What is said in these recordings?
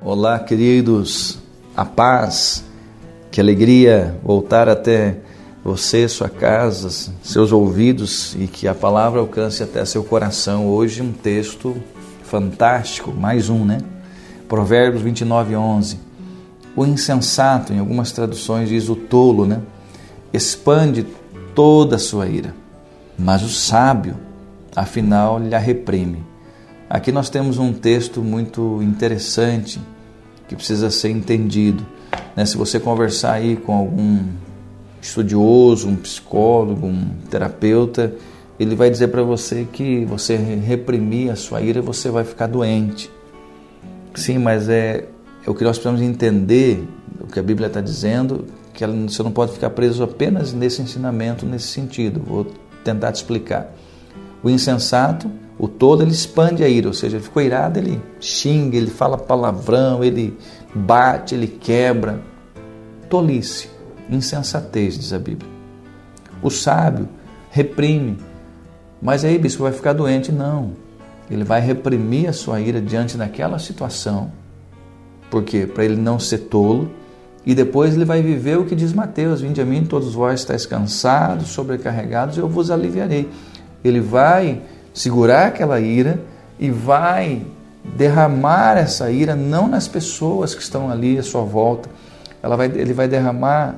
Olá, queridos, a paz, que alegria voltar até você, sua casa, seus ouvidos e que a palavra alcance até seu coração. Hoje um texto fantástico, mais um, né? Provérbios 29:11. O insensato, em algumas traduções diz o tolo, né? Expande toda a sua ira, mas o sábio, afinal, lhe reprime. Aqui nós temos um texto muito interessante que precisa ser entendido, né? Se você conversar aí com algum estudioso, um psicólogo, um terapeuta, ele vai dizer para você que você reprimir a sua ira, você vai ficar doente. Sim, mas é o que nós precisamos entender, o que a Bíblia está dizendo, que você não pode ficar preso apenas nesse ensinamento, nesse sentido. Vou tentar te explicar. O insensato, o tolo, ele expande a ira, ou seja, ele ficou irado, ele xinga, ele fala palavrão, ele bate, ele quebra. Tolice, insensatez, diz a Bíblia. O sábio reprime, mas aí, bispo, vai ficar doente? Não, ele vai reprimir a sua ira diante daquela situação. Por quê? Para ele não ser tolo, e depois ele vai viver o que diz Mateus: vinde a mim, todos vós estáis cansados, sobrecarregados, eu vos aliviarei. Ele vai segurar aquela ira e vai derramar essa ira não nas pessoas que estão ali à sua volta. Ela vai derramar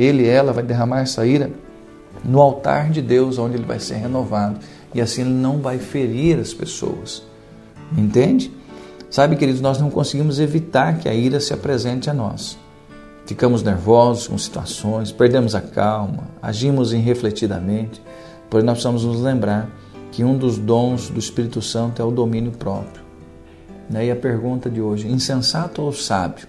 essa ira no altar de Deus, onde ele vai ser renovado. E assim ele não vai ferir as pessoas. Entende? Sabe, queridos, nós não conseguimos evitar que a ira se apresente a nós. Ficamos nervosos com situações, perdemos a calma, agimos irrefletidamente. Porém, nós precisamos nos lembrar que um dos dons do Espírito Santo é o domínio próprio. E a pergunta de hoje: insensato ou sábio?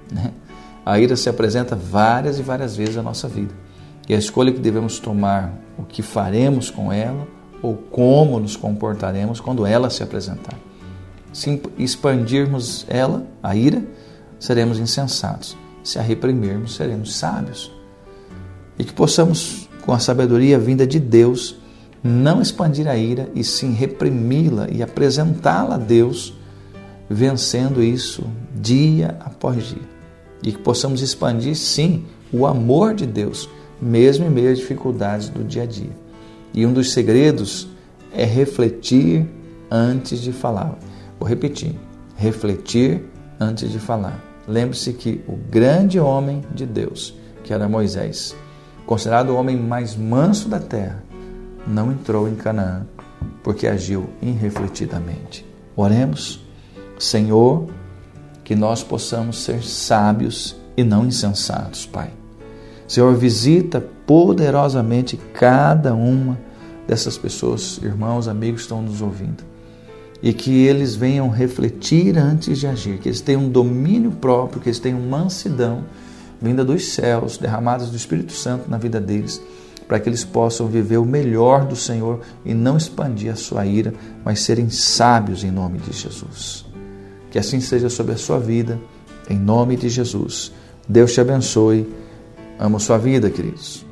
A ira se apresenta várias e várias vezes na nossa vida. E a escolha que devemos tomar, o que faremos com ela ou como nos comportaremos quando ela se apresentar. Se expandirmos ela, a ira, seremos insensatos. Se a reprimirmos, seremos sábios. E que possamos, com a sabedoria vinda de Deus, não expandir a ira e sim reprimi-la e apresentá-la a Deus, vencendo isso dia após dia. E que possamos expandir, sim, o amor de Deus, mesmo em meio às dificuldades do dia a dia. E um dos segredos é refletir antes de falar. Vou repetir: refletir antes de falar. Lembre-se que o grande homem de Deus, que era Moisés, considerado o homem mais manso da terra, não entrou em Canaã porque agiu irrefletidamente. Oremos. Senhor, que nós possamos ser sábios e não insensatos, Pai. Senhor, visita poderosamente cada uma dessas pessoas, irmãos, amigos que estão nos ouvindo, e que eles venham refletir antes de agir, que eles tenham domínio próprio, que eles tenham mansidão vinda dos céus, derramadas do Espírito Santo na vida deles, para que eles possam viver o melhor do Senhor e não expandir a sua ira, mas serem sábios em nome de Jesus. Que assim seja sobre a sua vida, em nome de Jesus. Deus te abençoe. Amo sua vida, queridos.